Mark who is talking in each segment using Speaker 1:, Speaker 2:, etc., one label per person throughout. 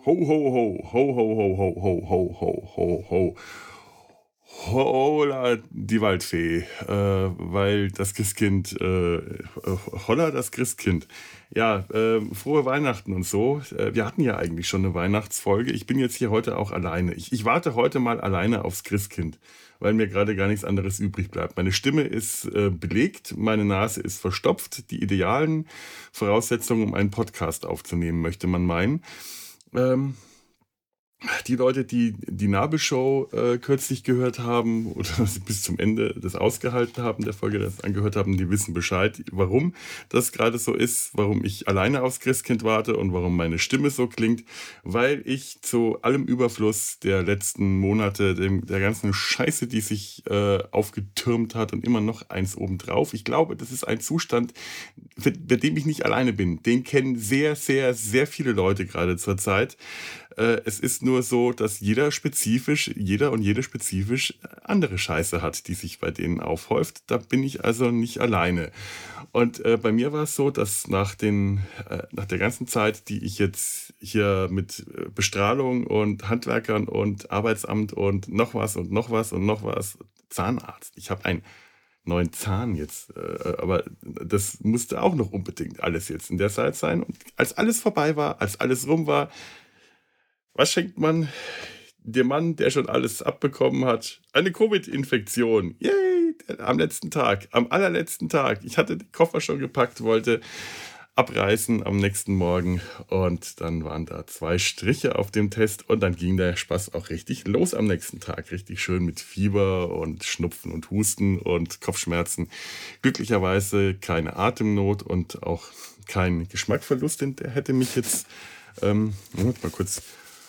Speaker 1: Ho, ho, ho, ho, ho, ho, ho, ho, ho, ho, ho, ho. Holla, die Waldfee, weil das Christkind, holla, das Christkind. Ja, frohe Weihnachten und so. Wir hatten ja eigentlich schon eine Weihnachtsfolge. Ich bin jetzt hier heute auch alleine. Ich warte heute mal alleine aufs Christkind, weil mir gerade gar nichts anderes übrig bleibt. Meine Stimme ist belegt, meine Nase ist verstopft. Die idealen Voraussetzungen, um einen Podcast aufzunehmen, möchte man meinen. Ähm, die Leute, die die Nabelshow kürzlich gehört haben oder bis zum Ende das ausgehalten haben, der Folge das angehört haben, die wissen Bescheid, warum das gerade so ist, warum ich alleine aufs Christkind warte und warum meine Stimme so klingt, weil ich zu allem Überfluss der letzten Monate, der ganzen Scheiße, die sich aufgetürmt hat und immer noch eins obendrauf, ich glaube, das ist ein Zustand, bei dem ich nicht alleine bin. Den kennen sehr, sehr, sehr viele Leute gerade zur Zeit. Es ist nur so, dass jeder und jede spezifisch andere Scheiße hat, die sich bei denen aufhäuft. Da bin ich also nicht alleine. Und bei mir war es so, dass nach der ganzen Zeit, die ich jetzt hier mit Bestrahlung und Handwerkern und Arbeitsamt und noch was und noch was und noch was, Zahnarzt. Ich habe einen neuen Zahn jetzt, aber das musste auch noch unbedingt alles jetzt in der Zeit sein. Und als alles vorbei war, als alles rum war, was schenkt man dem Mann, der schon alles abbekommen hat? Eine Covid-Infektion. Yay! Am letzten Tag, am allerletzten Tag. Ich hatte den Koffer schon gepackt, wollte abreißen am nächsten Morgen und dann waren da 2 Striche auf dem Test und dann ging der Spaß auch richtig los am nächsten Tag. Richtig schön mit Fieber und Schnupfen und Husten und Kopfschmerzen. Glücklicherweise keine Atemnot und auch kein Geschmackverlust, denn der hätte mich jetzt, Moment mal kurz.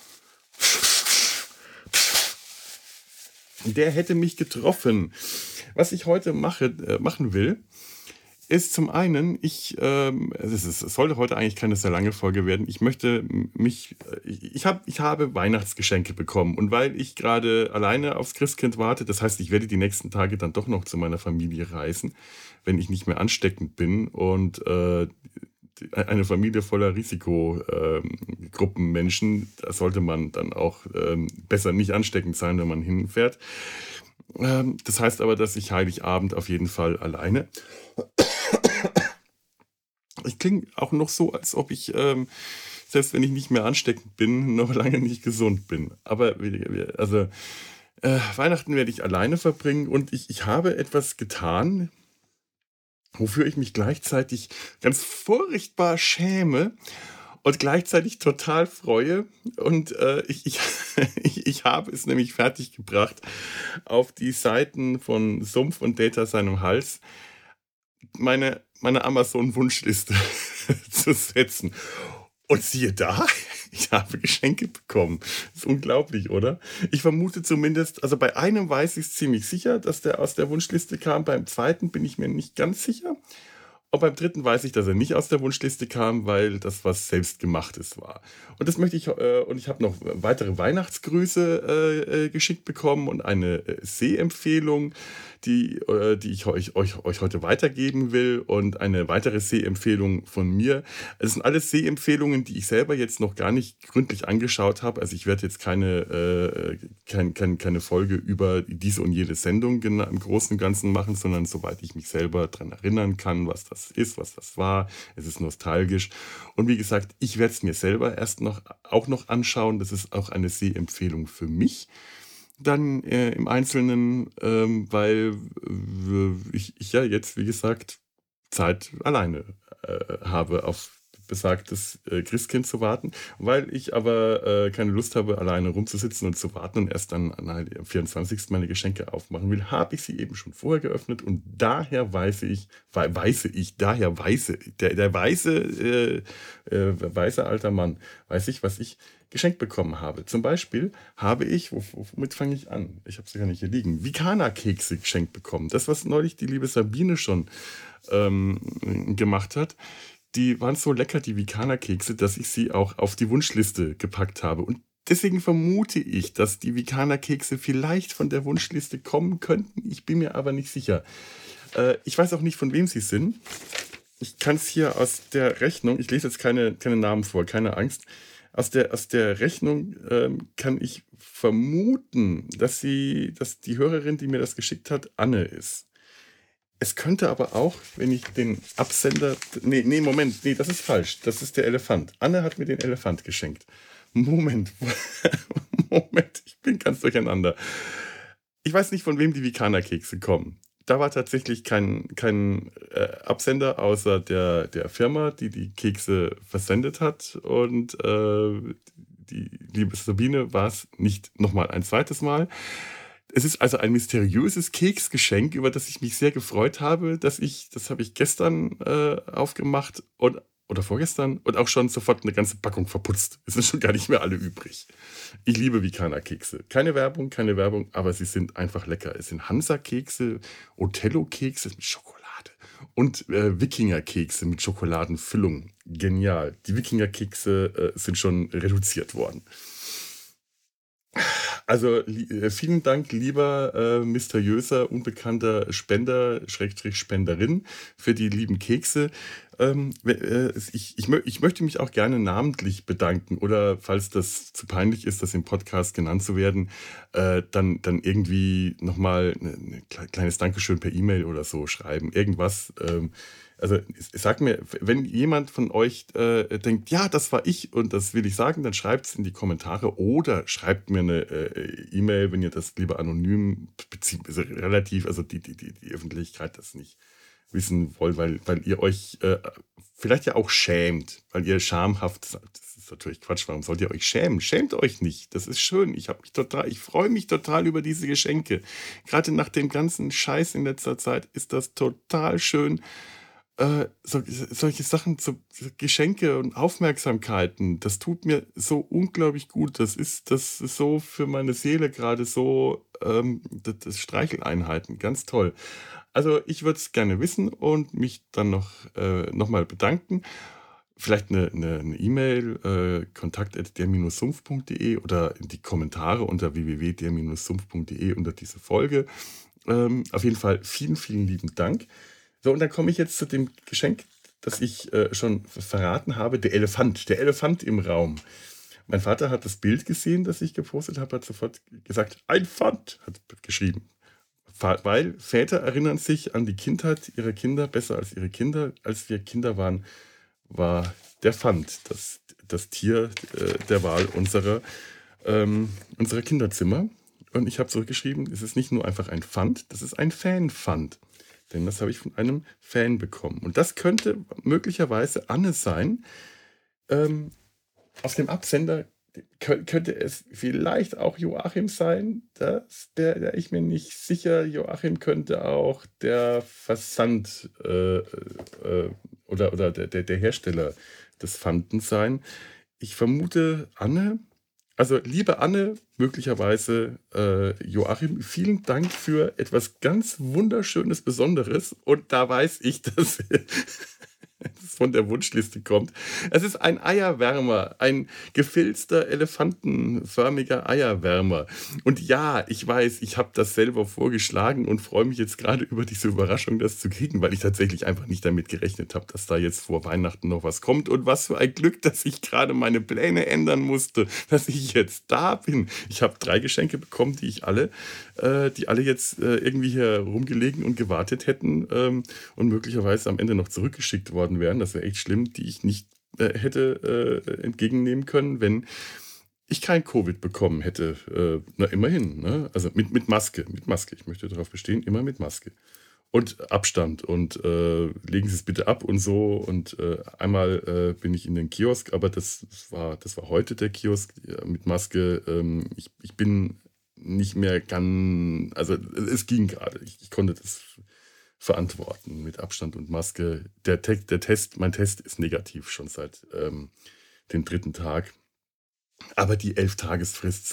Speaker 1: Der hätte mich getroffen. Was ich heute machen will, ist zum einen, es sollte heute eigentlich keine sehr lange Folge werden. Ich habe Weihnachtsgeschenke bekommen und weil ich gerade alleine aufs Christkind warte, das heißt, ich werde die nächsten Tage dann doch noch zu meiner Familie reisen, wenn ich nicht mehr ansteckend bin und eine Familie voller Risikogruppenmenschen, da sollte man dann auch besser nicht ansteckend sein, wenn man hinfährt. Das heißt aber, dass ich Heiligabend auf jeden Fall alleine. Ich klinge auch noch so, als ob ich, selbst wenn ich nicht mehr ansteckend bin, noch lange nicht gesund bin. Aber also Weihnachten werde ich alleine verbringen und ich habe etwas getan, wofür ich mich gleichzeitig ganz furchtbar schäme und gleichzeitig total freue. Und ich habe es nämlich fertiggebracht, auf die Seiten von Sumpf und Data seinem Hals meine Amazon-Wunschliste zu setzen. Und siehe da, ich habe Geschenke bekommen. Das ist unglaublich, oder? Ich vermute zumindest, also bei einem weiß ich es ziemlich sicher, dass der aus der Wunschliste kam. Beim zweiten bin ich mir nicht ganz sicher. Und beim dritten weiß ich, dass er nicht aus der Wunschliste kam, weil das was Selbstgemachtes war. Und das möchte ich, und ich habe noch weitere Weihnachtsgrüße geschickt bekommen und eine Sehempfehlung, die ich euch heute weitergeben will und eine weitere Sehempfehlung von mir. Es sind alles Sehempfehlungen, die ich selber jetzt noch gar nicht gründlich angeschaut habe. Also ich werde jetzt keine Folge über diese und jede Sendung im Großen und Ganzen machen, sondern soweit ich mich selber daran erinnern kann, was das ist, was das war. Es ist nostalgisch. Und wie gesagt, ich werde es mir selber auch noch anschauen. Das ist auch eine Sehempfehlung für mich. Dann im Einzelnen, weil ich ja jetzt, wie gesagt, Zeit alleine habe, auf besagtes Christkind zu warten, weil ich aber keine Lust habe, alleine rumzusitzen und zu warten und erst dann am 24. meine Geschenke aufmachen will, habe ich sie eben schon vorher geöffnet und daher der weiße alter Mann, weiß ich, was ich geschenkt bekommen habe. Zum Beispiel habe ich, womit fange ich an? Ich habe es ja gar nicht hier liegen. Vikana-Kekse geschenkt bekommen. Das, was neulich die liebe Sabine schon gemacht hat. Die waren so lecker, die Vikana-Kekse, dass ich sie auch auf die Wunschliste gepackt habe. Und deswegen vermute ich, dass die Vikana-Kekse vielleicht von der Wunschliste kommen könnten. Ich bin mir aber nicht sicher. Ich weiß auch nicht, von wem sie sind. Ich kann es hier aus der Rechnung, ich lese jetzt keine Namen vor, keine Angst. aus der Rechnung kann ich vermuten, dass die Hörerin, die mir das geschickt hat, Anne ist. Es könnte aber auch, wenn ich den Absender. Nee, nee, Moment, nee, das ist falsch. Das ist der Elefant. Anne hat mir den Elefant geschenkt. Moment, Moment, ich bin ganz durcheinander. Ich weiß nicht, von wem die Vikaner-Kekse kommen. Da war tatsächlich kein Absender außer der Firma, die die Kekse versendet hat. Und die liebe Sabine war es nicht nochmal ein zweites Mal. Es ist also ein mysteriöses Keksgeschenk, über das ich mich sehr gefreut habe, das habe ich gestern aufgemacht oder vorgestern und auch schon sofort eine ganze Packung verputzt. Es sind schon gar nicht mehr alle übrig. Ich liebe Vikaner-Kekse. Keine Werbung, aber sie sind einfach lecker. Es sind Hansa-Kekse, Othello-Kekse mit Schokolade und Wikinger-Kekse mit Schokoladenfüllung. Genial. Die Wikinger-Kekse sind schon reduziert worden. Also vielen Dank, lieber mysteriöser, unbekannter Spender, Schrägstrich Spenderin, für die lieben Kekse. Ich möchte mich auch gerne namentlich bedanken oder falls das zu peinlich ist, das im Podcast genannt zu werden, dann irgendwie nochmal ein kleines Dankeschön per E-Mail oder so schreiben. Irgendwas. Also sag mir, wenn jemand von euch denkt, ja, das war ich und das will ich sagen, dann schreibt es in die Kommentare oder schreibt mir eine E-Mail, wenn ihr das lieber anonym bezieht, also relativ, also die Öffentlichkeit das nicht wissen wollt, weil ihr euch vielleicht ja auch schämt, weil ihr schamhaft seid. Das ist natürlich Quatsch, warum sollt ihr euch schämen? Schämt euch nicht, das ist schön. Ich freue mich total über diese Geschenke. Gerade nach dem ganzen Scheiß in letzter Zeit ist das total schön, solche Sachen, so Geschenke und Aufmerksamkeiten, das tut mir so unglaublich gut. Das ist so für meine Seele gerade so, das Streicheleinheiten, ganz toll. Also ich würde es gerne wissen und mich dann noch mal bedanken. Vielleicht eine E-Mail, kontakt@der-sumpf.de oder in die Kommentare unter www.der-sumpf.de unter diese Folge. Auf jeden Fall vielen, vielen lieben Dank. So, und dann komme ich jetzt zu dem Geschenk, das ich schon verraten habe, der Elefant im Raum. Mein Vater hat das Bild gesehen, das ich gepostet habe, hat sofort gesagt, ein Pfand, hat geschrieben. Weil Väter erinnern sich an die Kindheit ihrer Kinder besser als ihre Kinder. Als wir Kinder waren, war der Pfand das Tier der Wahl unserer Kinderzimmer. Und ich habe zurückgeschrieben, es ist nicht nur einfach ein Pfand, das ist ein Fan-Pfand. Denn das habe ich von einem Fan bekommen. Und das könnte möglicherweise Anne sein. Ähm, auf dem Absender könnte es vielleicht auch Joachim sein. Der ich mir nicht sicher. Joachim könnte auch der Versand oder der Hersteller des Pfanden sein. Ich vermute Anne. Also, liebe Anne, möglicherweise Joachim, vielen Dank für etwas ganz Wunderschönes, Besonderes. Und da weiß ich, dass es von der Wunschliste kommt. Es ist ein Eierwärmer, ein gefilzter, elefantenförmiger Eierwärmer. Und ja, ich weiß, ich habe das selber vorgeschlagen und freue mich jetzt gerade über diese Überraschung, das zu kriegen, weil ich tatsächlich einfach nicht damit gerechnet habe, dass da jetzt vor Weihnachten noch was kommt. Und was für ein Glück, dass ich gerade meine Pläne ändern musste, dass ich jetzt da bin. Ich habe 3 Geschenke bekommen, die alle jetzt irgendwie hier rumgelegen und gewartet hätten und möglicherweise am Ende noch zurückgeschickt worden wären. Das wäre echt schlimm, die ich nicht hätte entgegennehmen können, wenn ich kein Covid bekommen hätte. Na, immerhin. Ne? Also mit Maske. Mit Maske. Ich möchte darauf bestehen, immer mit Maske. Und Abstand. Und legen Sie es bitte ab und so. Und einmal bin ich in den Kiosk, aber das war heute der Kiosk mit Maske. Ich bin nicht mehr ganz. Also es ging gerade. Ich konnte das verantworten mit Abstand und Maske. Mein Test ist negativ schon seit dem 3. Tag. Aber die 11-Tagesfrist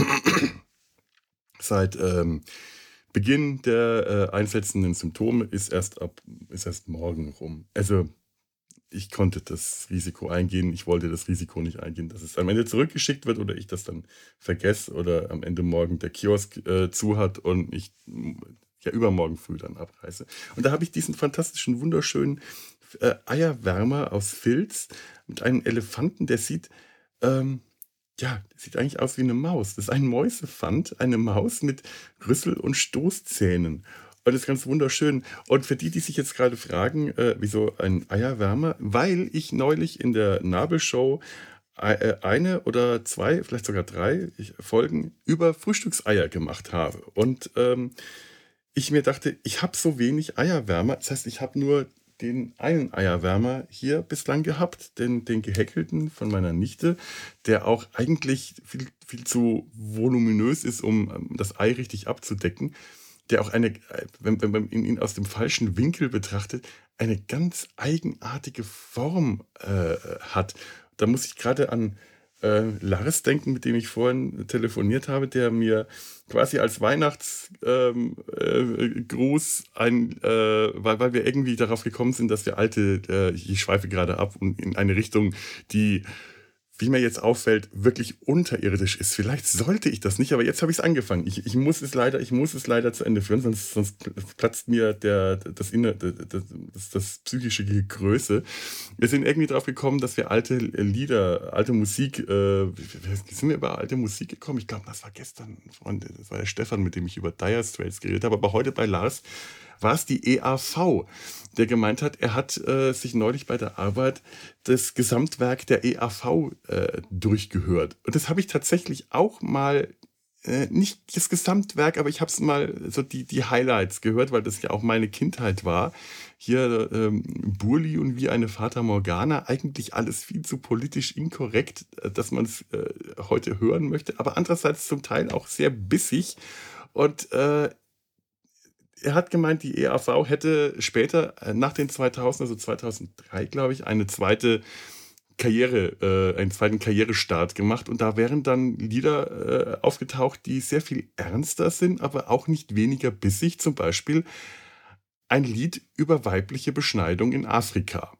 Speaker 1: seit Beginn der einsetzenden Symptome ist erst morgen rum. Also ich konnte das Risiko eingehen. Ich wollte das Risiko nicht eingehen, dass es am Ende zurückgeschickt wird oder ich das dann vergesse oder am Ende morgen der Kiosk zu hat und ich ja übermorgen früh dann abreise. Und da habe ich diesen fantastischen, wunderschönen Eierwärmer aus Filz mit einem Elefanten, der sieht Ähm, ja, das sieht eigentlich aus wie eine Maus. Das ist ein Mäusefant, eine Maus mit Rüssel und Stoßzähnen. Und das ist ganz wunderschön. Und für die, die sich jetzt gerade fragen, wieso ein Eierwärmer? Weil ich neulich in der Nabelshow eine oder 2, vielleicht sogar 3 Folgen über Frühstückseier gemacht habe. Und, ich mir dachte, ich habe so wenig Eierwärmer. Das heißt, ich habe nur den einen Eierwärmer hier bislang gehabt, den gehäkelten von meiner Nichte, der auch eigentlich viel zu voluminös ist, um das Ei richtig abzudecken. Der auch wenn man ihn aus dem falschen Winkel betrachtet, eine ganz eigenartige Form hat. Da muss ich gerade an Lars denken, mit dem ich vorhin telefoniert habe, der mir quasi als Weihnachtsgruß weil wir irgendwie darauf gekommen sind, dass wir ich schweife gerade ab und in eine Richtung, die, wie mir jetzt auffällt, wirklich unterirdisch ist. Vielleicht sollte ich das nicht, aber jetzt habe ich es angefangen. Ich muss es leider zu Ende führen, sonst platzt mir das psychische Größe. Wir sind irgendwie drauf gekommen, dass wir alte Lieder, alte Musik, wie sind wir über alte Musik gekommen? Ich glaube, das war gestern, Freunde, das war der Stefan, mit dem ich über Dire Straits geredet habe, aber heute bei Lars war es die EAV, der gemeint hat, er hat sich neulich bei der Arbeit das Gesamtwerk der EAV durchgehört. Und das habe ich tatsächlich auch mal, nicht das Gesamtwerk, aber ich habe es mal so die Highlights gehört, weil das ja auch meine Kindheit war. Hier Burli und wie eine Fata Morgana, eigentlich alles viel zu politisch inkorrekt, dass man es heute hören möchte, aber andererseits zum Teil auch sehr bissig. Und er hat gemeint, die EAV hätte später, nach den 2000, also 2003, glaube ich, einen zweiten Karrierestart gemacht. Und da wären dann Lieder aufgetaucht, die sehr viel ernster sind, aber auch nicht weniger bissig. Zum Beispiel ein Lied über weibliche Beschneidung in Afrika.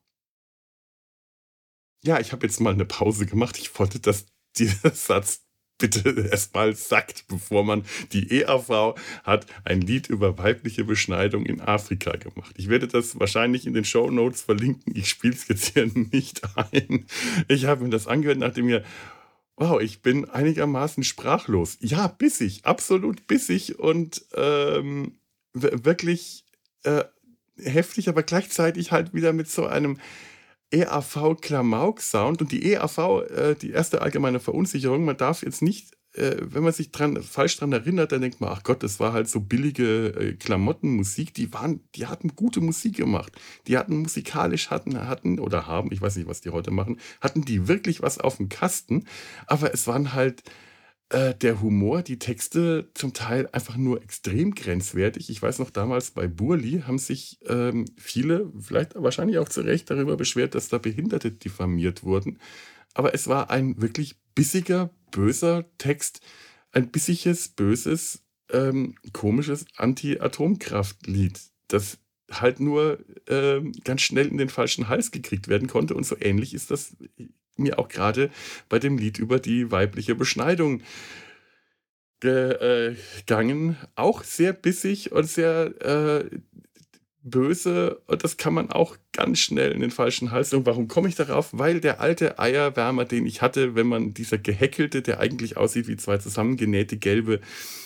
Speaker 1: Ja, ich habe jetzt mal eine Pause gemacht. Ich wollte, dass dieser Satz bitte erst mal sackt, bevor man die EAV hat ein Lied über weibliche Beschneidung in Afrika gemacht. Ich werde das wahrscheinlich in den Shownotes verlinken. Ich spiele es jetzt hier nicht ein. Ich habe mir das angehört, nachdem mir wow, ich bin einigermaßen sprachlos. Ja, bissig, absolut bissig und, wirklich, äh, heftig, aber gleichzeitig halt wieder mit so einem EAV-Klamauk-Sound. Und die EAV, die erste allgemeine Verunsicherung, man darf jetzt nicht, wenn man sich falsch dran erinnert, dann denkt man, ach Gott, das war halt so billige Klamottenmusik. Die hatten gute Musik gemacht. Die hatten musikalisch, hatten oder haben, ich weiß nicht, was die heute machen, hatten die wirklich was auf dem Kasten. Aber es waren halt der Humor, die Texte zum Teil einfach nur extrem grenzwertig. Ich weiß noch, damals bei Burli haben sich viele, vielleicht wahrscheinlich auch zu Recht, darüber beschwert, dass da Behinderte diffamiert wurden. Aber es war ein wirklich bissiger, böser Text, ein bissiges, böses, komisches Anti-Atomkraftlied, das halt nur ganz schnell in den falschen Hals gekriegt werden konnte. Und so ähnlich ist das mir auch gerade bei dem Lied über die weibliche Beschneidung gegangen. Auch sehr bissig und sehr böse, und das kann man auch ganz schnell in den falschen Hals. Und warum komme ich darauf? Weil der alte Eierwärmer, den ich hatte, wenn man dieser gehäkelte, der eigentlich aussieht wie 2 zusammengenähte gelbe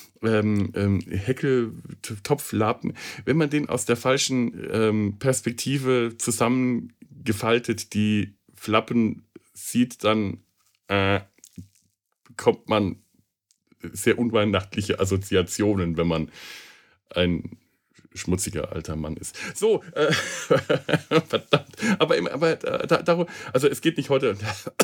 Speaker 1: Häkeltopflappen, wenn man den aus der falschen Perspektive zusammengefaltet, die Flappen sieht, dann bekommt man sehr unweihnachtliche Assoziationen, wenn man ein schmutziger alter Mann ist. So, verdammt. Darum, also es geht nicht heute,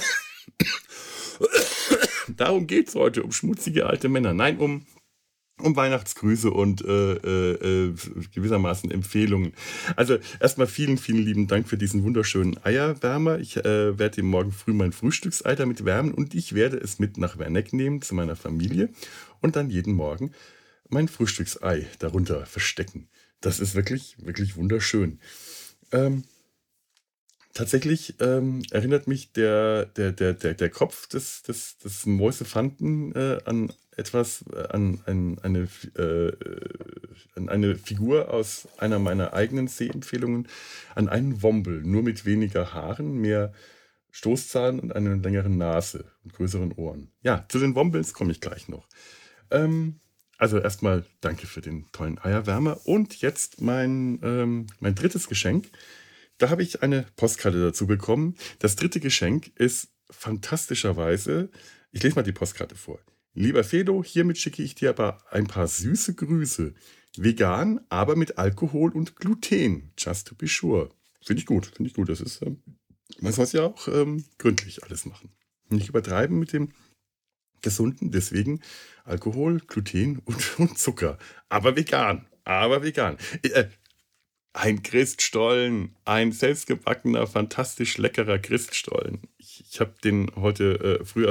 Speaker 1: darum geht es heute, um schmutzige alte Männer. Nein, um Weihnachtsgrüße und gewissermaßen Empfehlungen. Also erstmal vielen, vielen lieben Dank für diesen wunderschönen Eierwärmer. Ich werde ihm morgen früh mein Frühstücksei damit wärmen und ich werde es mit nach Werneck nehmen zu meiner Familie und dann jeden Morgen mein Frühstücksei darunter verstecken. Das ist wirklich, wirklich wunderschön. Ähm, Tatsächlich erinnert mich der Kopf des Mäusefanten an etwas, an eine Figur aus einer meiner eigenen Sehempfehlungen, an einen Wombel, nur mit weniger Haaren, mehr Stoßzahn und eine längere Nase und größeren Ohren. Ja, zu den Wombels komme ich gleich noch. Also erstmal danke für den tollen Eierwärmer. Und jetzt mein drittes Geschenk. Da habe ich eine Postkarte dazu bekommen. Das dritte Geschenk ist fantastischerweise, ich lese mal die Postkarte vor. Lieber Fedo, hiermit schicke ich dir aber ein paar süße Grüße. Vegan, aber mit Alkohol und Gluten. Just to be sure. Finde ich gut, finde ich gut. Das ist, man soll es ja auch gründlich alles machen. Nicht übertreiben mit dem Gesunden, deswegen Alkohol, Gluten und Zucker. Aber vegan, aber vegan. Ein Christstollen, ein selbstgebackener, fantastisch leckerer Christstollen. Ich habe den heute früh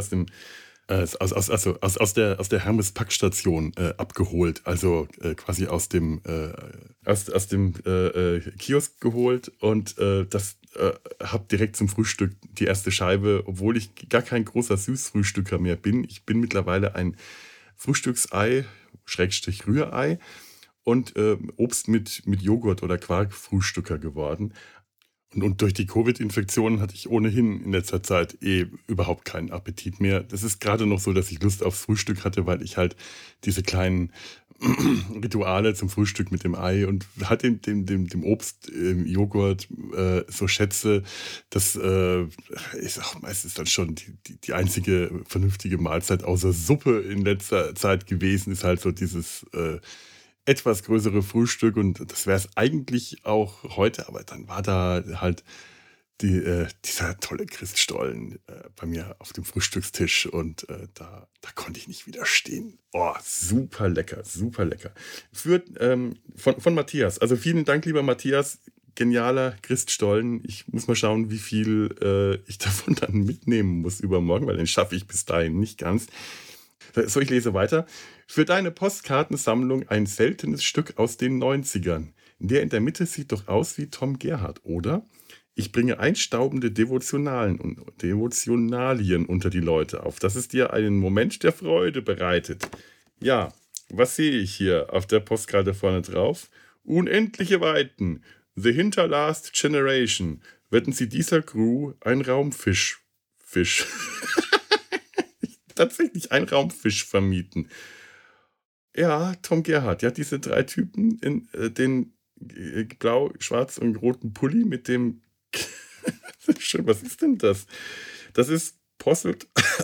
Speaker 1: aus der Hermes-Packstation abgeholt. Also quasi aus dem Kiosk geholt und habe direkt zum Frühstück die erste Scheibe, obwohl ich gar kein großer Süßfrühstücker mehr bin. Ich bin mittlerweile ein Frühstücksei, Schrägstrich Rührei und Obst mit Joghurt oder Quark-Frühstücker geworden. Und durch die Covid-Infektion hatte ich ohnehin in letzter Zeit überhaupt keinen Appetit mehr. Das ist gerade noch so, dass ich Lust aufs Frühstück hatte, weil ich halt diese kleinen Rituale zum Frühstück mit dem Ei und halt dem Obst, Joghurt so schätze. Das ist auch meistens dann schon die einzige vernünftige Mahlzeit außer Suppe in letzter Zeit gewesen, ist halt so dieses etwas größere Frühstück und das wäre es eigentlich auch heute, aber dann war da halt dieser tolle Christstollen bei mir auf dem Frühstückstisch und da konnte ich nicht widerstehen. Oh, super lecker, super lecker. Von Matthias. Also vielen Dank, lieber Matthias. Genialer Christstollen. Ich muss mal schauen, wie viel ich davon dann mitnehmen muss übermorgen, weil den schaffe ich bis dahin nicht ganz. So, ich lese weiter. Für deine Postkartensammlung ein seltenes Stück aus den 90ern. Der in der Mitte sieht doch aus wie Tom Gerhardt, oder? Ich bringe einstaubende Devotionalien unter die Leute, auf dass es dir einen Moment der Freude bereitet. Ja, was sehe ich hier auf der Postkarte vorne drauf? Unendliche Weiten. The Hinterlast Generation. Wetten Sie dieser Crew ein Raumfisch. Fisch. Tatsächlich ein Raumfisch vermieten. Ja, Tom Gerhardt, ja, diese drei Typen in den blau, schwarz und roten Pulli mit dem. Schön, was ist denn das? Das ist Posselt.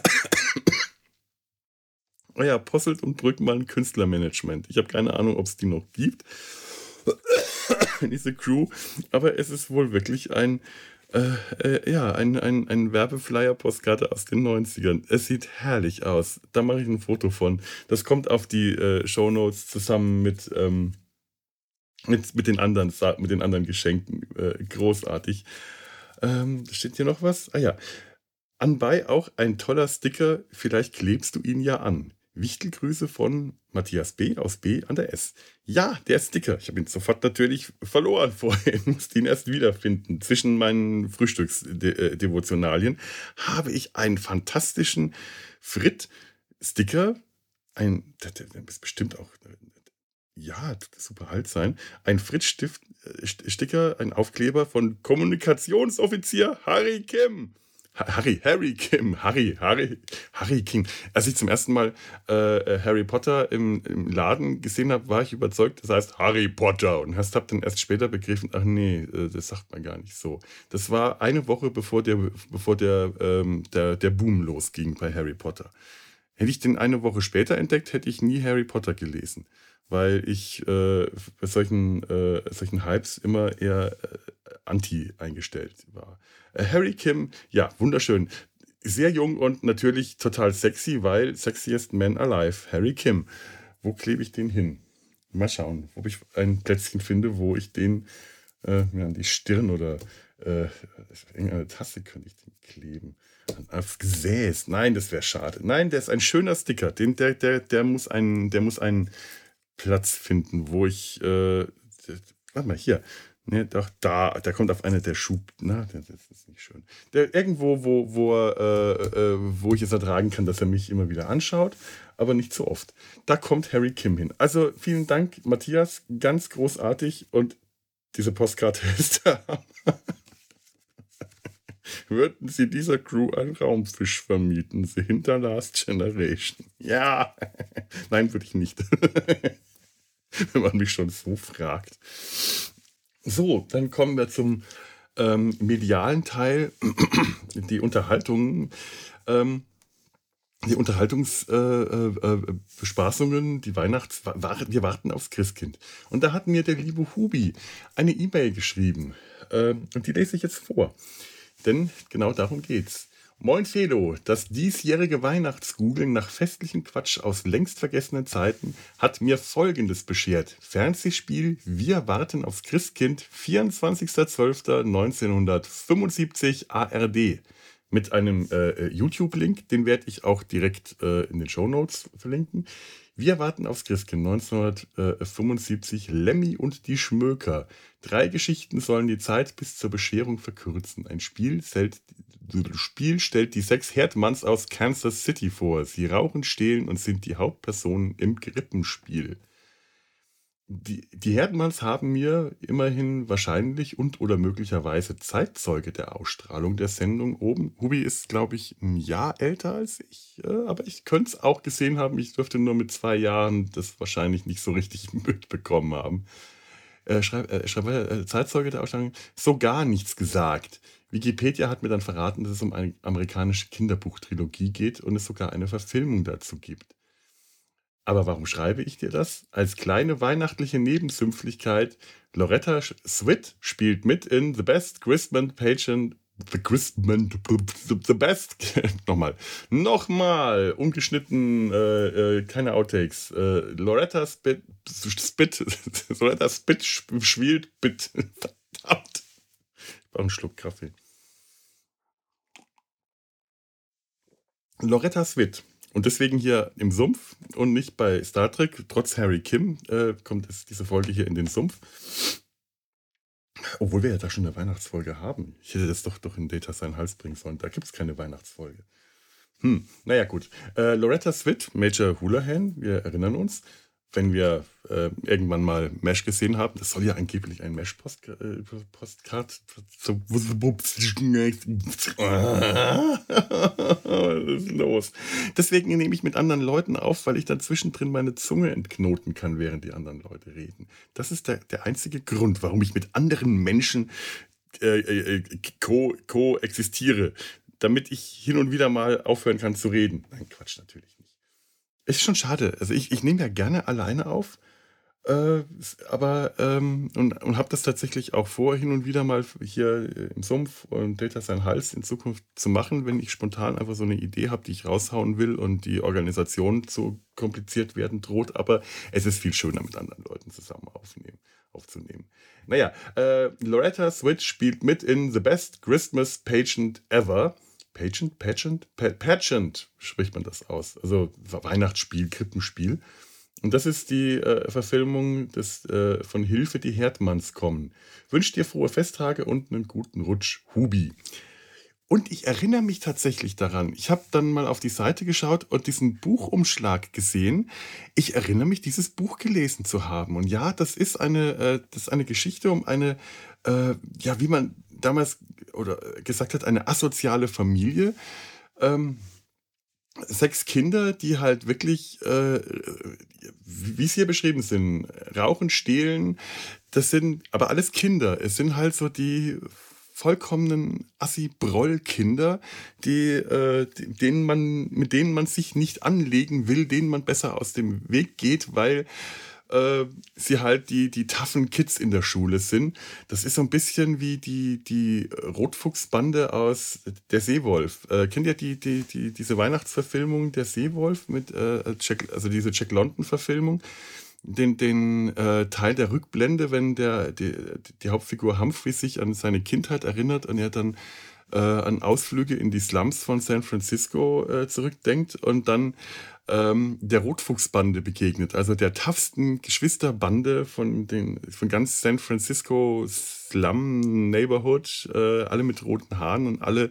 Speaker 1: Oh ja, Posselt und Brückmann Künstlermanagement. Ich habe keine Ahnung, ob es die noch gibt. Diese Crew. Aber es ist wohl wirklich ein Werbeflyer-Postkarte aus den 90ern. Es sieht herrlich aus. Da mache ich ein Foto von. Das kommt auf die Shownotes zusammen mit den anderen Geschenken. Großartig. Steht hier noch was? Ah ja. Anbei auch ein toller Sticker. Vielleicht klebst du ihn ja an. Wichtelgrüße von Matthias B. aus B an der S. Ja, der Sticker. Ich habe ihn sofort natürlich verloren vorhin. Musste ihn erst wiederfinden. Zwischen meinen Frühstücksdevotionalien habe ich einen fantastischen Frit-Sticker. Der ist bestimmt auch, ja, tut super alt sein. Ein Frit-Sticker, ein Aufkleber von Kommunikationsoffizier Harry Kim. Harry Kim. Harry Kim. Als ich zum ersten Mal Harry Potter im Laden gesehen habe, war ich überzeugt, das heißt Harry Potter. Und habe dann erst später begriffen, ach nee, das sagt man gar nicht so. Das war eine Woche, bevor der Boom losging bei Harry Potter. Hätte ich den eine Woche später entdeckt, hätte ich nie Harry Potter gelesen. Weil ich bei solchen Hypes immer eher anti eingestellt war. Harry Kim, ja, wunderschön. Sehr jung und natürlich total sexy, weil Sexiest Man Alive, Harry Kim. Wo klebe ich den hin? Mal schauen, ob ich ein Plätzchen finde, wo ich den an die Stirn oder in eine Tasse könnte ich den kleben. Aufs Gesäß. Nein, das wäre schade. Nein, der ist ein schöner Sticker. Der muss einen Platz finden, wo ich. Warte mal, hier. Ne, doch, der kommt auf eine der Na, das ist nicht schön. Irgendwo, wo ich es ertragen kann, dass er mich immer wieder anschaut, aber nicht so oft. Da kommt Harry Kim hin. Also vielen Dank, Matthias, ganz großartig und diese Postkarte ist da. Würden Sie dieser Crew einen Raumfisch vermieten? Sie hinter Last Generation. Ja. Nein, würde ich nicht. Wenn man mich schon so fragt. So, dann kommen wir zum medialen Teil. Die Unterhaltung. Ähm, die Unterhaltungsbespaßungen, die wir warten aufs Christkind. Und da hat mir der liebe Hubi eine E-Mail geschrieben. Und die lese ich jetzt vor. Denn genau darum geht's. Moin Felo, das diesjährige Weihnachtsgoogeln nach festlichem Quatsch aus längst vergessenen Zeiten hat mir Folgendes beschert. Fernsehspiel Wir warten aufs Christkind, 24.12.1975 ARD. Mit einem YouTube-Link, den werde ich auch direkt in den Shownotes verlinken. Wir warten aufs Christkind 1975, Lemmy und die Schmöker. 3 Geschichten sollen die Zeit bis zur Bescherung verkürzen. Ein Spiel stellt die 6 Herdmanns aus Kansas City vor. Sie rauchen, stehlen und sind die Hauptpersonen im Krippenspiel. Die Herdmanns haben mir immerhin wahrscheinlich und oder möglicherweise Zeitzeuge der Ausstrahlung der Sendung oben. Hubi ist, glaube ich, ein Jahr älter als ich, aber ich könnte es auch gesehen haben. Ich dürfte nur mit 2 Jahren das wahrscheinlich nicht so richtig mitbekommen haben. Schreibt weiter, Zeitzeuge der Ausstrahlung, so gar nichts gesagt. Wikipedia hat mir dann verraten, dass es um eine amerikanische Kinderbuchtrilogie geht und es sogar eine Verfilmung dazu gibt. Aber warum schreibe ich dir das? Als kleine weihnachtliche Nebensümpflichkeit, Loretta Swit spielt mit in The Best Christmas Pageant. The Best. Nochmal, ungeschnitten, keine Outtakes. Loretta Spit spielt mit. Verdammt. Ich brauche einen Schluck Kaffee. Loretta Swit. Und deswegen hier im Sumpf und nicht bei Star Trek. Trotz Harry Kim kommt diese Folge hier in den Sumpf. Obwohl wir ja da schon eine Weihnachtsfolge haben. Ich hätte das doch in Data seinen Hals bringen sollen. Da gibt es keine Weihnachtsfolge. Naja, gut. Loretta Swit, Major Houlihan, wir erinnern uns, wenn wir irgendwann mal MASH gesehen haben, das soll ja angeblich ein MASH-Postcard. Was ist los? Deswegen nehme ich mit anderen Leuten auf, weil ich dann zwischendrin meine Zunge entknoten kann, während die anderen Leute reden. Das ist der einzige Grund, warum ich mit anderen Menschen koexistiere, damit ich hin und wieder mal aufhören kann zu reden. Nein, Quatsch, natürlich nicht. Ist schon schade. Also ich nehme ja gerne alleine auf, aber und habe das tatsächlich auch vor, hin und wieder mal hier im Sumpf und Data sein Hals in Zukunft zu machen, wenn ich spontan einfach so eine Idee habe, die ich raushauen will und die Organisation zu kompliziert werden droht. Aber es ist viel schöner, mit anderen Leuten zusammen aufzunehmen. Naja, Loretta Swit spielt mit in The Best Christmas Pageant Ever. Pageant spricht man das aus. Also Weihnachtsspiel, Krippenspiel. Und das ist die Verfilmung von Hilfe, die Herdmanns kommen. Wünsch dir frohe Festtage und einen guten Rutsch, Hubi. Und ich erinnere mich tatsächlich daran. Ich habe dann mal auf die Seite geschaut und diesen Buchumschlag gesehen. Ich erinnere mich, dieses Buch gelesen zu haben. Und ja, das ist eine Geschichte um eine, wie man damals oder gesagt hat, eine asoziale Familie. Ähm, 6 Kinder, die halt wirklich, wie es hier beschrieben sind, rauchen, stehlen. Das sind aber alles Kinder. Es sind halt so die vollkommenen Assi-Broll-Kinder, mit denen man sich nicht anlegen will, denen man besser aus dem Weg geht, weil sie halt die taffen Kids in der Schule sind. Das ist so ein bisschen wie die Rotfuchsbande aus Der Seewolf. Kennt ihr diese Weihnachtsverfilmung Der Seewolf mit also diese Jack London-Verfilmung? Den Teil der Rückblende, wenn die Hauptfigur Humphrey sich an seine Kindheit erinnert und er dann an Ausflüge in die Slums von San Francisco zurückdenkt und dann der Rotfuchsbande begegnet, also der toughsten Geschwisterbande von ganz San Francisco Slum Neighborhood, alle mit roten Haaren und alle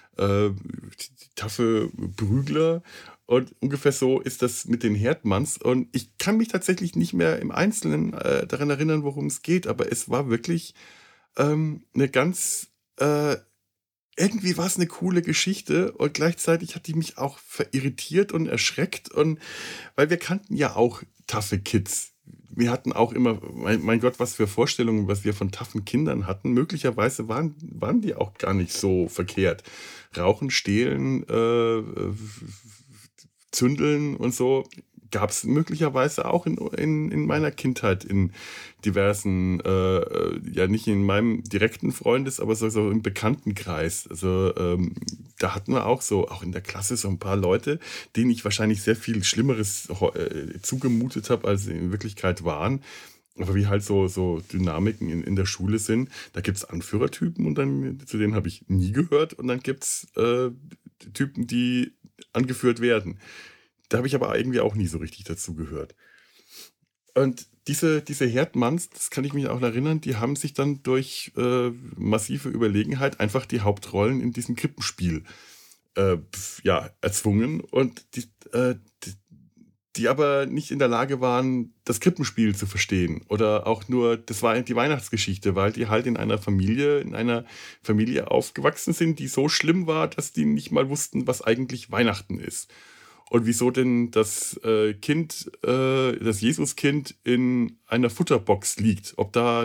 Speaker 1: taffe Prügler. Und ungefähr so ist das mit den Herdmanns. Und ich kann mich tatsächlich nicht mehr im Einzelnen daran erinnern, worum es geht, aber es war wirklich eine ganz irgendwie war es eine coole Geschichte und gleichzeitig hat die mich auch verirritiert und erschreckt und weil wir kannten ja auch taffe Kids. Wir hatten auch immer, mein Gott, was für Vorstellungen, was wir von taffen Kindern hatten. Möglicherweise waren die auch gar nicht so verkehrt. Rauchen, stehlen, zündeln und so gab es möglicherweise auch in meiner Kindheit in diversen, ja nicht in meinem direkten Freundes, aber so im Bekanntenkreis. Also da hatten wir auch so, auch in der Klasse so ein paar Leute, denen ich wahrscheinlich sehr viel Schlimmeres zugemutet habe, als sie in Wirklichkeit waren. Aber wie halt so Dynamiken in der Schule sind, da gibt es Anführertypen und dann, zu denen habe ich nie gehört und dann gibt es Typen, die angeführt werden. Da habe ich aber irgendwie auch nie so richtig dazu gehört. Und diese Herdmanns, das kann ich mich auch erinnern, die haben sich dann durch massive Überlegenheit einfach die Hauptrollen in diesem Krippenspiel ja, erzwungen und die aber nicht in der Lage waren, das Krippenspiel zu verstehen. Oder auch nur, das war die Weihnachtsgeschichte, weil die halt in einer Familie aufgewachsen sind, die so schlimm war, dass die nicht mal wussten, was eigentlich Weihnachten ist. Und wieso denn das Jesuskind in einer Futterbox liegt. Ob da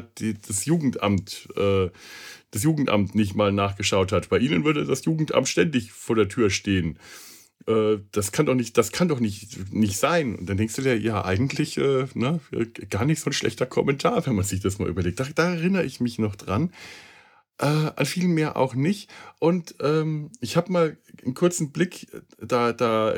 Speaker 1: das Jugendamt nicht mal nachgeschaut hat. Bei ihnen würde das Jugendamt ständig vor der Tür stehen. Das kann doch nicht sein. Und dann denkst du dir, ja, eigentlich ne, gar nicht so ein schlechter Kommentar, wenn man sich das mal überlegt. Da erinnere ich mich noch dran. An viel mehr auch nicht. Und ich habe mal einen kurzen Blick da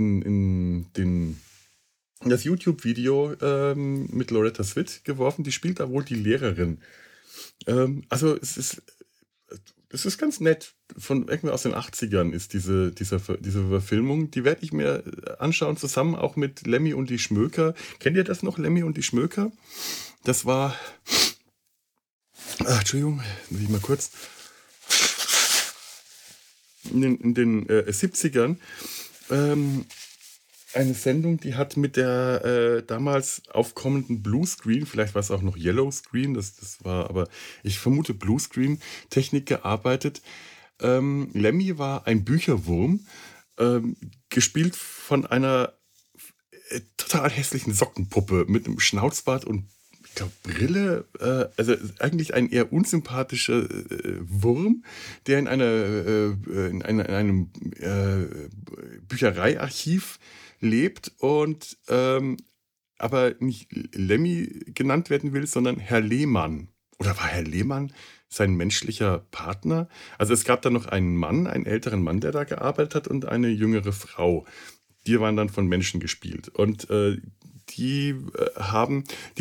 Speaker 1: in das YouTube-Video mit Loretta Swit geworfen. Die spielt da wohl die Lehrerin. Also es ist ganz nett. Von irgendwann aus den 80ern ist diese Verfilmung. Die werde ich mir anschauen, zusammen auch mit Lemmy und die Schmöker. Kennt ihr das noch, Lemmy und die Schmöker? Das war. Entschuldigung, muss ich mal kurz. In den 70ern eine Sendung, die hat mit der damals aufkommenden Bluescreen, vielleicht war es auch noch Yellow Screen, das war aber, ich vermute Bluescreen-Technik gearbeitet. Lemmy war ein Bücherwurm, gespielt von einer total hässlichen Sockenpuppe mit einem Schnauzbart und ich glaube Brille, also eigentlich ein eher unsympathischer Wurm, der in einem Büchereiarchiv lebt und aber nicht Lemmy genannt werden will, sondern Herr Lehmann. Oder war Herr Lehmann sein menschlicher Partner? Also es gab da noch einen Mann, einen älteren Mann, der da gearbeitet hat und eine jüngere Frau. Die waren dann von Menschen gespielt. Und die haben,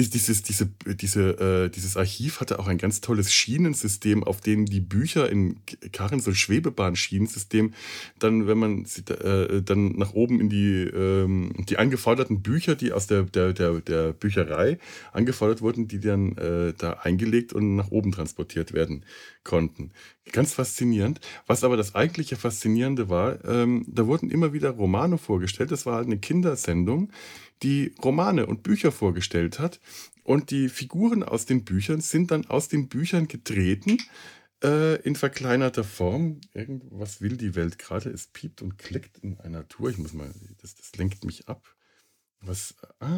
Speaker 1: dieses Archiv hatte auch ein ganz tolles Schienensystem, auf dem die Bücher in Karren, so ein Schwebebahn-Schienensystem, dann, wenn man sie, dann nach oben in die angeforderten Bücher, die aus der Bücherei angefordert wurden, die dann da eingelegt und nach oben transportiert werden konnten. Ganz faszinierend. Was aber das eigentliche Faszinierende war, da wurden immer wieder Romane vorgestellt. Das war halt eine Kindersendung, die Romane und Bücher vorgestellt hat. Und die Figuren aus den Büchern sind dann aus den Büchern getreten, in verkleinerter Form. Irgendwas will die Welt gerade. Es piept und klickt in einer Tour. Ich muss mal, das lenkt mich ab. Was?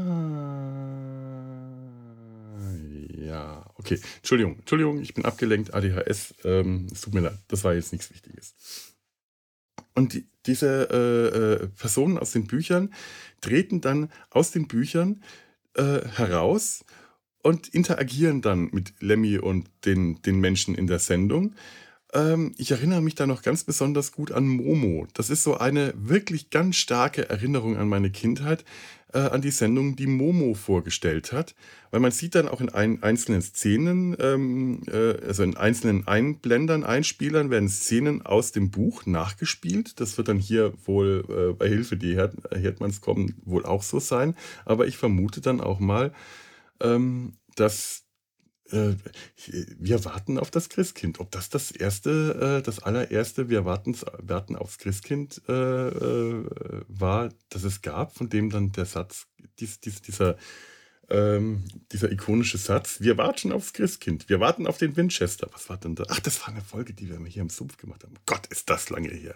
Speaker 1: Ja, okay. Entschuldigung, ich bin abgelenkt. ADHS. Es tut mir leid, das war jetzt nichts Wichtiges. Und diese Personen aus den Büchern treten dann aus den Büchern heraus und interagieren dann mit Lemmy und den Menschen in der Sendung. Ich erinnere mich da noch ganz besonders gut an Momo. Das ist so eine wirklich ganz starke Erinnerung an meine Kindheit, an die Sendung, die Momo vorgestellt hat. Weil man sieht dann auch in einzelnen Szenen, also in einzelnen Einblendern, Einspielern werden Szenen aus dem Buch nachgespielt. Das wird dann hier wohl bei Hilfe, die Herdmanns kommen, wohl auch so sein. Aber ich vermute dann auch mal, dass äh, wir warten auf das Christkind. Ob das erste, das allererste warten aufs Christkind war, das es gab, von dem dann der Satz, dieser dieser ikonische Satz, wir warten aufs Christkind, wir warten auf den Winchester. Was war denn da? Ach, das war eine Folge, die wir hier im Sumpf gemacht haben. Gott, ist das lange her.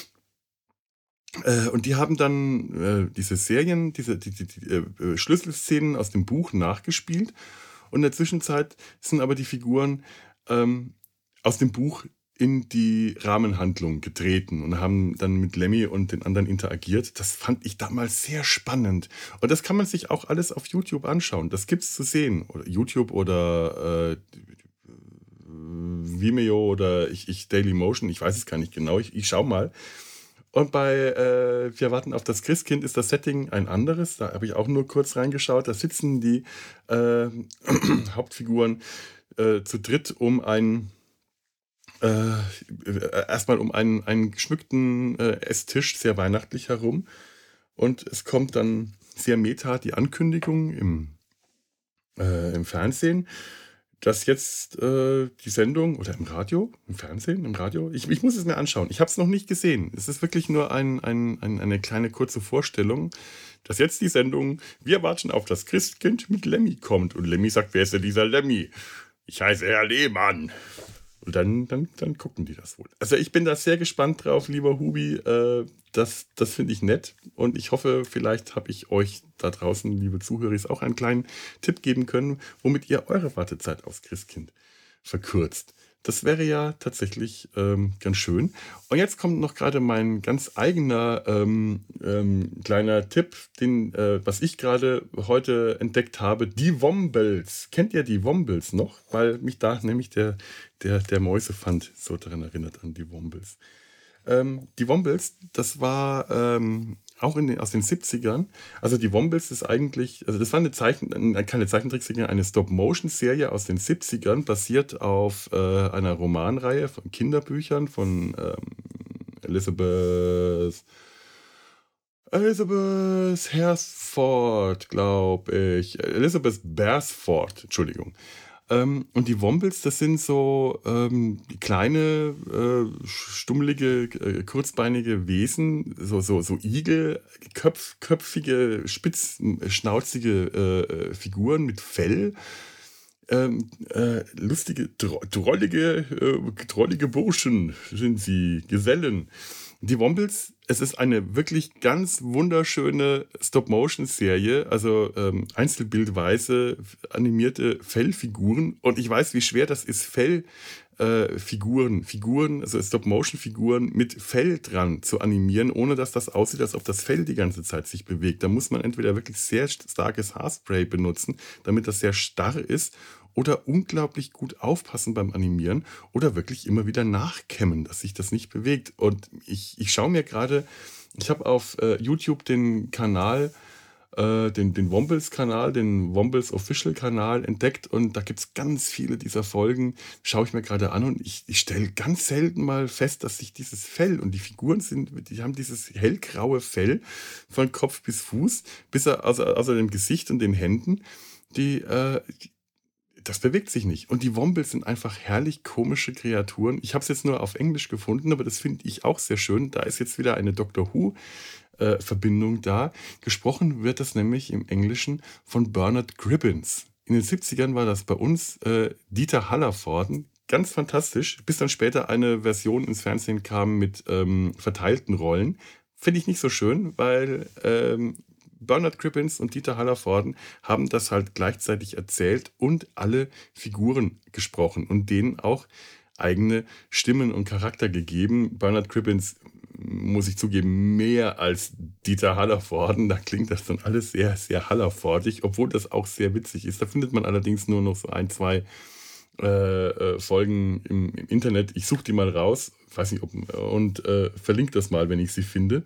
Speaker 1: Und die haben dann diese Serien, die Schlüsselszenen aus dem Buch nachgespielt. Und in der Zwischenzeit sind aber die Figuren aus dem Buch in die Rahmenhandlung getreten und haben dann mit Lemmy und den anderen interagiert. Das fand ich damals sehr spannend. Und das kann man sich auch alles auf YouTube anschauen. Das gibt's zu sehen. Oder YouTube oder Vimeo oder Dailymotion. Ich weiß es gar nicht genau. Ich schau mal. Und bei Wir warten auf das Christkind ist das Setting ein anderes. Da habe ich auch nur kurz reingeschaut. Da sitzen die Hauptfiguren zu dritt um erstmal um einen geschmückten Esstisch, sehr weihnachtlich herum. Und es kommt dann sehr meta die Ankündigung im Fernsehen, dass jetzt die Sendung oder im Radio, im Fernsehen, im Radio, ich muss es mir anschauen. Ich habe es noch nicht gesehen. Es ist wirklich nur eine kleine kurze Vorstellung, dass jetzt die Sendung Wir warten auf das Christkind mit Lemmy kommt. Und Lemmy sagt, wer ist denn dieser Lemmy? Ich heiße Herr Lehmann. Und dann gucken die das wohl. Also ich bin da sehr gespannt drauf, lieber Hubi. Das finde ich nett. Und ich hoffe, vielleicht habe ich euch da draußen, liebe Zuhörer, auch einen kleinen Tipp geben können, womit ihr eure Wartezeit aufs Christkind verkürzt. Das wäre ja tatsächlich ganz schön. Und jetzt kommt noch gerade mein ganz eigener kleiner Tipp, was ich gerade heute entdeckt habe. Die Wombles. Kennt ihr die Wombles noch? Weil mich da nämlich der Mäusefand so daran erinnert an die Wombles. Die Wombles, das war auch aus den 70ern. Also die Wombles ist eigentlich, also das war keine Zeichentrickserie, eine Stop-Motion-Serie aus den 70ern, basiert auf einer Romanreihe von Kinderbüchern von Elizabeth Hersford, glaube ich. Elizabeth Beresford, Entschuldigung. Und die Wombles, das sind so kleine, stummelige, kurzbeinige Wesen, so igelköpfige, spitzschnauzige Figuren mit Fell. Lustige, drollige Burschen sind sie, Gesellen. Die Wombles, es ist eine wirklich ganz wunderschöne Stop-Motion-Serie, also einzelbildweise animierte Fellfiguren. Und ich weiß, wie schwer das ist, Figuren, also Stop-Motion-Figuren mit Fell dran zu animieren, ohne dass das aussieht, als ob das Fell die ganze Zeit sich bewegt. Da muss man entweder wirklich sehr starkes Haarspray benutzen, damit das sehr starr ist, oder unglaublich gut aufpassen beim Animieren oder wirklich immer wieder nachkämmen, dass sich das nicht bewegt. Und ich schaue mir gerade, ich habe auf YouTube den Kanal, den Wombles-Kanal, den Wombles Official-Kanal entdeckt und da gibt es ganz viele dieser Folgen, schaue ich mir gerade an und ich stelle ganz selten mal fest, dass sich dieses Fell und die Figuren die haben dieses hellgraue Fell von Kopf bis Fuß, außer dem Gesicht und den Händen, das bewegt sich nicht. Und die Wombles sind einfach herrlich komische Kreaturen. Ich habe es jetzt nur auf Englisch gefunden, aber das finde ich auch sehr schön. Da ist jetzt wieder eine Doctor Who-Verbindung da. Gesprochen wird das nämlich im Englischen von Bernard Cribbins. In den 70ern war das bei uns Dieter Hallervorden. Ganz fantastisch, bis dann später eine Version ins Fernsehen kam mit verteilten Rollen. Finde ich nicht so schön, weil Bernard Cribbins und Dieter Hallervorden haben das halt gleichzeitig erzählt und alle Figuren gesprochen und denen auch eigene Stimmen und Charakter gegeben. Bernard Cribbins, muss ich zugeben, mehr als Dieter Hallervorden. Da klingt das dann alles sehr, sehr Hallervordig, obwohl das auch sehr witzig ist. Da findet man allerdings nur noch so ein, zwei Folgen im Internet. Ich suche die mal raus, weiß nicht, und verlinke das mal, wenn ich sie finde.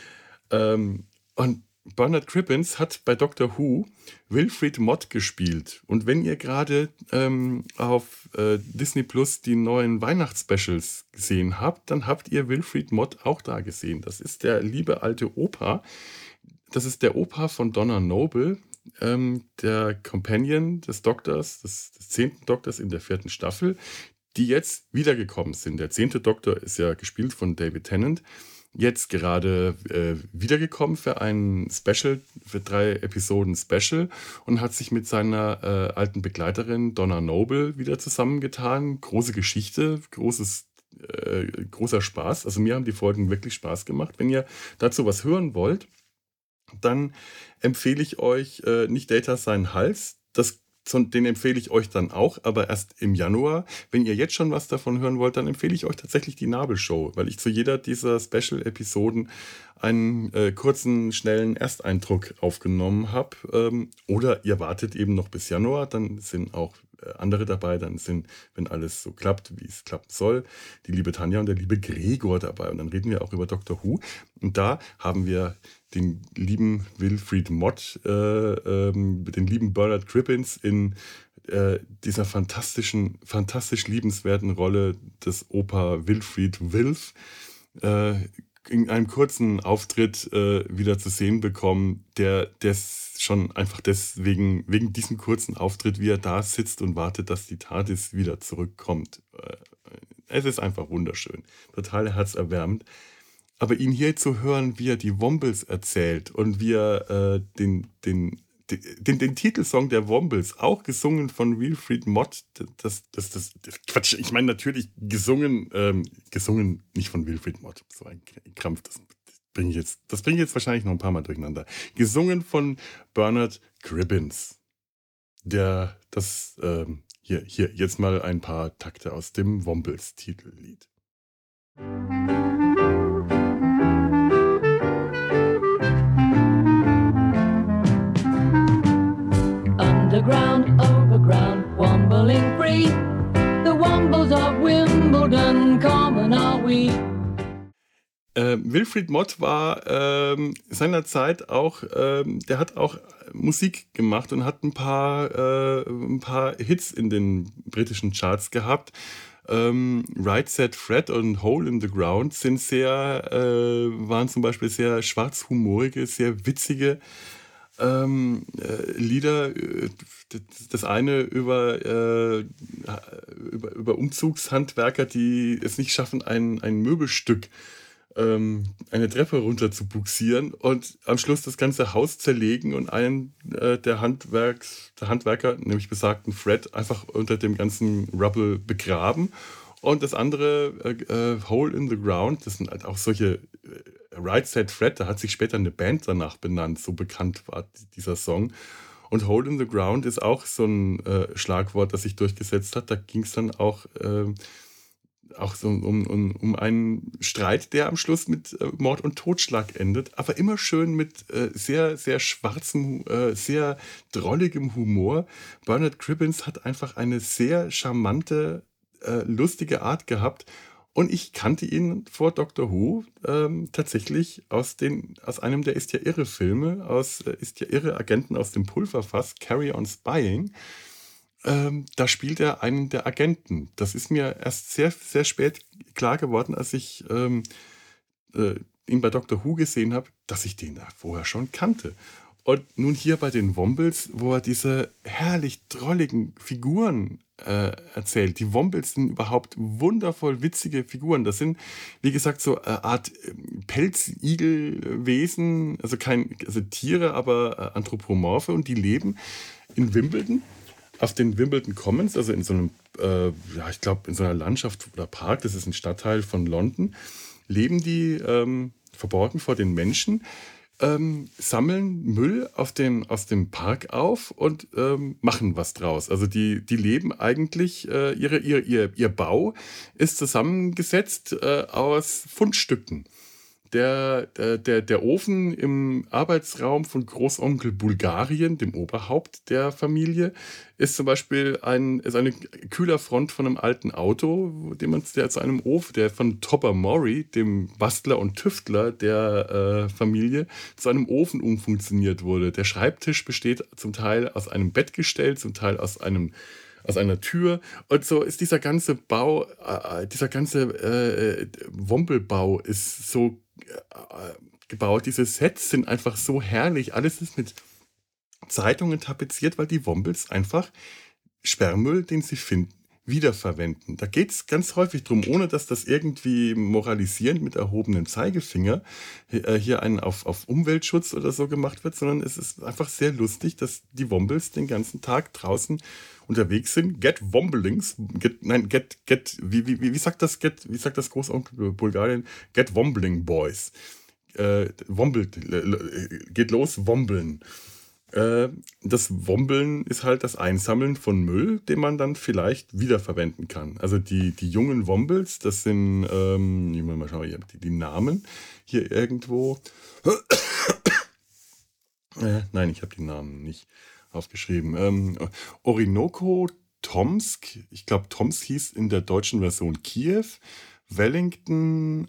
Speaker 1: Und Bernard Cribbins hat bei Doctor Who Wilfried Mott gespielt. Und wenn ihr gerade auf Disney Plus die neuen Weihnachtsspecials gesehen habt, dann habt ihr Wilfried Mott auch da gesehen. Das ist der liebe alte Opa. Das ist der Opa von Donna Noble, der Companion des Doktors, des 10. Doktors in der 4. Staffel, die jetzt wiedergekommen sind. Der 10. Doktor ist ja gespielt von David Tennant. jetzt gerade wiedergekommen für ein Special, für 3 Episoden Special und hat sich mit seiner alten Begleiterin Donna Noble wieder zusammengetan. Große Geschichte, großer Spaß. Also mir haben die Folgen wirklich Spaß gemacht. Wenn ihr dazu was hören wollt, dann empfehle ich euch nicht Data sein Hals. Den empfehle ich euch dann auch, aber erst im Januar. Wenn ihr jetzt schon was davon hören wollt, dann empfehle ich euch tatsächlich die Nabelshow, weil ich zu jeder dieser Special-Episoden einen kurzen, schnellen Ersteindruck aufgenommen habe. Oder ihr wartet eben noch bis Januar, dann sind auch andere dabei, dann sind, wenn alles so klappt, wie es klappen soll, die liebe Tanja und der liebe Gregor dabei. Und dann reden wir auch über Dr. Who. Und da haben wir den lieben Wilfried Mott, den lieben Bernard Cribbins in dieser fantastisch liebenswerten Rolle des Opa Wilfried Wilf in einem kurzen Auftritt wieder zu sehen bekommen, der schon einfach wegen diesem kurzen Auftritt, wie er da sitzt und wartet, dass die TARDIS wieder zurückkommt. Es ist einfach wunderschön, total herzerwärmend. Aber ihn hier zu hören, wie er die Wombles erzählt und wie er den Titelsong der Wombles, auch gesungen von Wilfried Mott, Quatsch, ich meine natürlich gesungen nicht von Wilfried Mott, so ein Krampf, das bringe ich jetzt wahrscheinlich noch ein paar Mal durcheinander. Gesungen von Bernard Cribbins, hier jetzt mal ein paar Takte aus dem Wombles-Titellied.
Speaker 2: Underground, overground, wombling free. The Wombles of Wimbledon, common are we.
Speaker 1: Wilfried Mott war seinerzeit auch, der hat auch Musik gemacht und hat ein paar Hits in den britischen Charts gehabt. Right Said Fred und Hole in the Ground waren zum Beispiel sehr schwarzhumorige, sehr witzige Lieder. Das eine über Umzugshandwerker, die es nicht schaffen, ein Möbelstück eine Treppe runter zu bugsieren und am Schluss das ganze Haus zerlegen und einen der Handwerker, nämlich besagten Fred, einfach unter dem ganzen Rubble begraben. Und das andere, Hole in the Ground, das sind halt auch solche Right Said Fred, da hat sich später eine Band danach benannt, so bekannt war dieser Song. Und Hole in the Ground ist auch so ein Schlagwort, das sich durchgesetzt hat. Da ging es dann auch so um einen Streit, der am Schluss mit Mord und Totschlag endet, aber immer schön mit sehr, sehr schwarzem, sehr drolligem Humor. Bernard Cribbins hat einfach eine sehr charmante, lustige Art gehabt und ich kannte ihn vor Doctor Who tatsächlich aus einem der Ist ja irre Filme, aus Ist ja irre Agenten aus dem Pulverfass, Carry on Spying. Da spielt er einen der Agenten. Das ist mir erst sehr, sehr spät klar geworden, als ich ihn bei Doctor Who gesehen habe, dass ich den da vorher schon kannte. Und nun hier bei den Wombles, wo er diese herrlich drolligen Figuren erzählt. Die Wombles sind überhaupt wundervoll witzige Figuren. Das sind, wie gesagt, so eine Art Pelzigelwesen, also Tiere, aber anthropomorphe, und die leben in Wimbledon, auf den Wimbledon Commons, also in so einem, ich glaube, in so einer Landschaft oder Park, das ist ein Stadtteil von London, leben die verborgen vor den Menschen, sammeln Müll aus dem Park auf und machen was draus. Also die leben eigentlich, ihr Bau ist zusammengesetzt aus Fundstücken. Der Ofen im Arbeitsraum von Großonkel Bulgarien, dem Oberhaupt der Familie, ist zum Beispiel eine Kühlerfront von einem alten Auto, der zu einem Ofen, der von Topper Maury, dem Bastler und Tüftler der Familie, zu einem Ofen umfunktioniert wurde. Der Schreibtisch besteht zum Teil aus einem Bettgestell, zum Teil aus einer Tür. Und so ist dieser ganze Bau, Wombelbau ist so gebaut. Diese Sets sind einfach so herrlich. Alles ist mit Zeitungen tapeziert, weil die Wombles einfach Sperrmüll, den sie finden, wiederverwenden. Da geht es ganz häufig drum, ohne dass das irgendwie moralisierend mit erhobenem Zeigefinger hier einen auf Umweltschutz oder so gemacht wird, sondern es ist einfach sehr lustig, dass die Wombles den ganzen Tag draußen unterwegs sind. Get Womblings, wie sagt das, wie sagt das Großonkel Bulgarien? Get Wombling Boys. Wombelt, geht los, wombeln. Das Wombeln ist halt das Einsammeln von Müll, den man dann vielleicht wiederverwenden kann. Also die jungen Wombles, das sind, ich muss mal schauen, ich habe die Namen hier irgendwo. Nein, ich habe die Namen nicht aufgeschrieben. Orinoco, Tomsk, ich glaube Tomsk hieß in der deutschen Version Kiew, Wellington,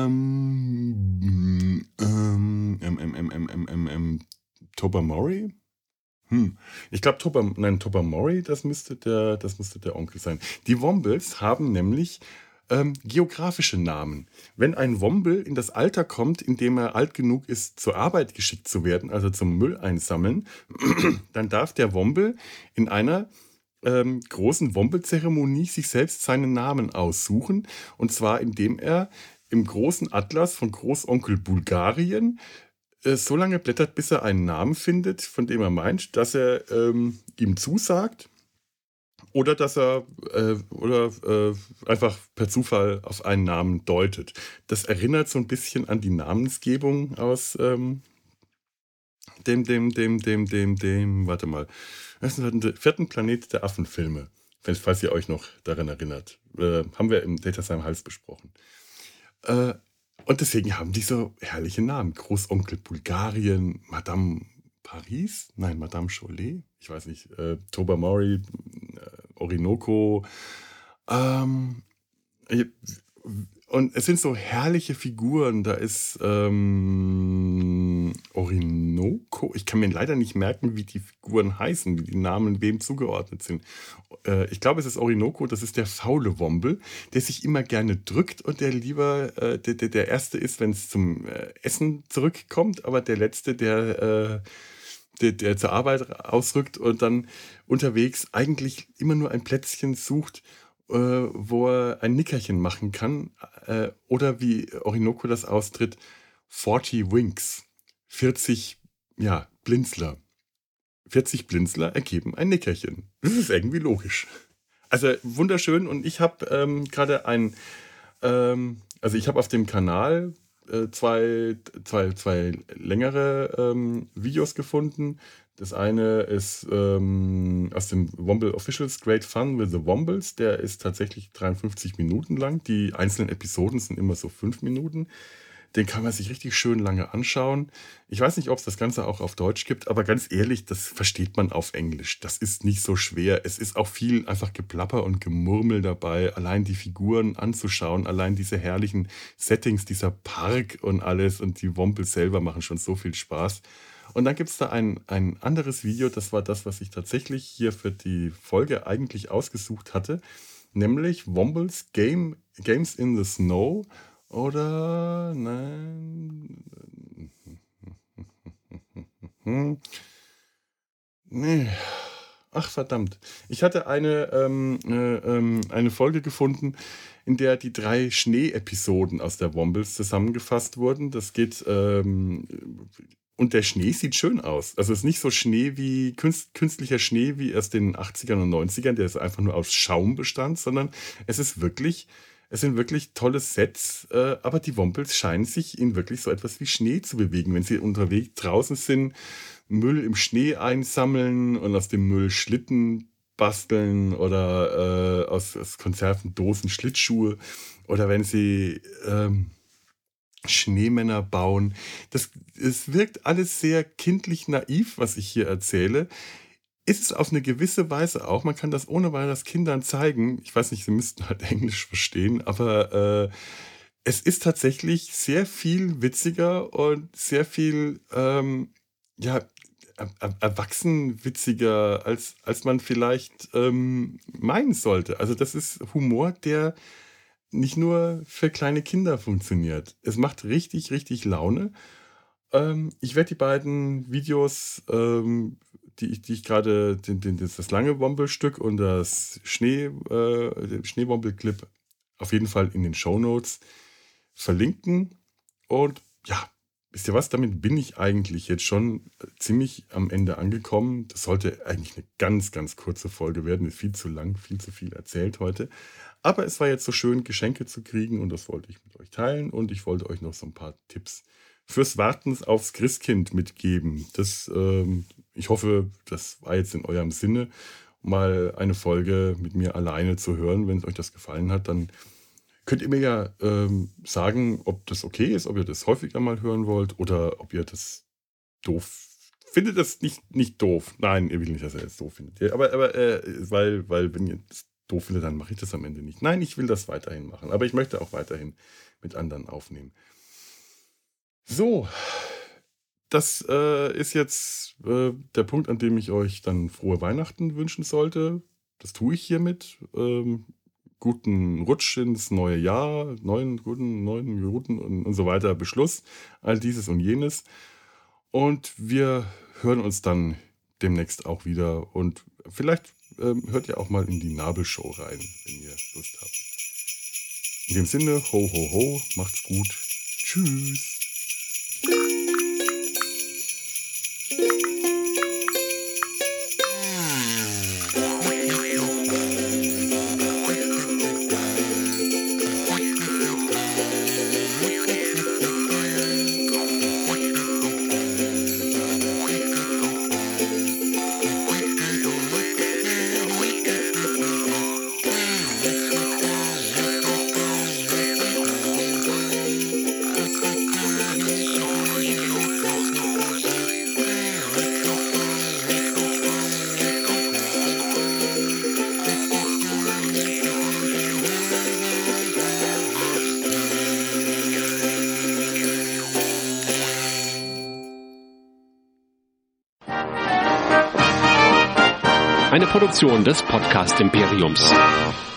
Speaker 1: Tobermory? Ich glaube, Tobermory, das müsste der Onkel sein. Die Wombles haben nämlich geografische Namen. Wenn ein Womble in das Alter kommt, in dem er alt genug ist, zur Arbeit geschickt zu werden, also zum Müll einsammeln, dann darf der Womble in einer großen Womble-Zeremonie sich selbst seinen Namen aussuchen. Und zwar, indem er im großen Atlas von Großonkel Bulgarien so lange blättert, bis er einen Namen findet, von dem er meint, dass er ihm zusagt oder dass er einfach per Zufall auf einen Namen deutet. Das erinnert so ein bisschen an die Namensgebung aus warte mal, das ist der vierten Planet der Affenfilme, falls ihr euch noch daran erinnert. Haben wir im Data Time Hals besprochen. Und deswegen haben die so herrliche Namen. Großonkel Bulgarien, Madame Paris? Nein, Madame Cholet? Ich weiß nicht. Tobermory, Orinoco. Und es sind so herrliche Figuren. Da ist Orinoco. Ich kann mir leider nicht merken, wie die Figuren heißen, wie die Namen wem zugeordnet sind. Ich glaube, es ist Orinoco, das ist der faule Womble, der sich immer gerne drückt und der lieber der Erste ist, wenn es zum Essen zurückkommt, aber der Letzte, der zur Arbeit ausrückt und dann unterwegs eigentlich immer nur ein Plätzchen sucht, wo er ein Nickerchen machen kann. Oder wie Orinoco das austritt, 40 Winks, 40 Blinzler. 40 Blinzler ergeben ein Nickerchen. Das ist irgendwie logisch. Also wunderschön. Und ich habe gerade ich habe auf dem Kanal zwei längere Videos gefunden. Das eine ist aus dem Womble Officials Great Fun with the Wombles. Der ist tatsächlich 53 Minuten lang. Die einzelnen Episoden sind immer so 5 Minuten. Den kann man sich richtig schön lange anschauen. Ich weiß nicht, ob es das Ganze auch auf Deutsch gibt, aber ganz ehrlich, das versteht man auf Englisch. Das ist nicht so schwer. Es ist auch viel einfach Geplapper und Gemurmel dabei. Allein die Figuren anzuschauen, allein diese herrlichen Settings, dieser Park und alles und die Wombles selber machen schon so viel Spaß. Und dann gibt es da ein anderes Video, das war das, was ich tatsächlich hier für die Folge eigentlich ausgesucht hatte, nämlich Wombles Games in the Snow oder nein. Nee. Ach verdammt. Ich hatte eine Folge gefunden, in der die 3 Schnee-Episoden aus der Wombles zusammengefasst wurden. Das geht und der Schnee sieht schön aus. Also es ist nicht so Schnee wie künstlicher Schnee wie erst in den 80ern und 90ern, der ist einfach nur aus Schaum bestand, sondern es sind wirklich tolle Sets, aber die Wombles scheinen sich in wirklich so etwas wie Schnee zu bewegen, wenn sie unterwegs draußen sind, Müll im Schnee einsammeln und aus dem Müll Schlitten basteln oder aus Konservendosen Schlittschuhe oder wenn sie Schneemänner bauen. Es wirkt alles sehr kindlich naiv, was ich hier erzähle. Ist es auf eine gewisse Weise auch. Man kann das ohne weiteres Kindern zeigen. Ich weiß nicht, sie müssten halt Englisch verstehen, aber es ist tatsächlich sehr viel witziger und sehr viel erwachsenwitziger, als man vielleicht meinen sollte. Also das ist Humor, der nicht nur für kleine Kinder funktioniert. Es macht richtig, richtig Laune. Ich werde die beiden Videos die ich gerade, das lange Womble-Stück und das Schneewomble-Clip auf jeden Fall in den Shownotes verlinken. Und ja, wisst ihr was, damit bin ich eigentlich jetzt schon ziemlich am Ende angekommen. Das sollte eigentlich eine ganz, ganz kurze Folge werden. Ist viel zu lang, viel zu viel erzählt heute. Aber es war jetzt so schön, Geschenke zu kriegen und das wollte ich mit euch teilen. Und ich wollte euch noch so ein paar Tipps fürs Warten aufs Christkind mitgeben. Ich hoffe, das war jetzt in eurem Sinne, mal eine Folge mit mir alleine zu hören. Wenn es euch das gefallen hat, dann könnt ihr mir ja sagen, ob das okay ist, ob ihr das häufiger mal hören wollt oder ob ihr das doof findet. Das nicht doof. Nein, ihr will nicht, dass ihr das doof findet. Ja, aber weil wenn ihr das doof findet, dann mache ich das am Ende nicht. Nein, ich will das weiterhin machen. Aber ich möchte auch weiterhin mit anderen aufnehmen. So, das ist jetzt der Punkt, an dem ich euch dann frohe Weihnachten wünschen sollte. Das tue ich hiermit. Guten Rutsch ins neue Jahr, neuen guten und so weiter, Beschluss, all dieses und jenes. Und wir hören uns dann demnächst auch wieder. Und vielleicht hört ihr auch mal in die Nabelshow rein, wenn ihr Lust habt. In dem Sinne, ho, ho, ho, macht's gut. Tschüss.
Speaker 3: Eine Produktion des Podcast Imperiums.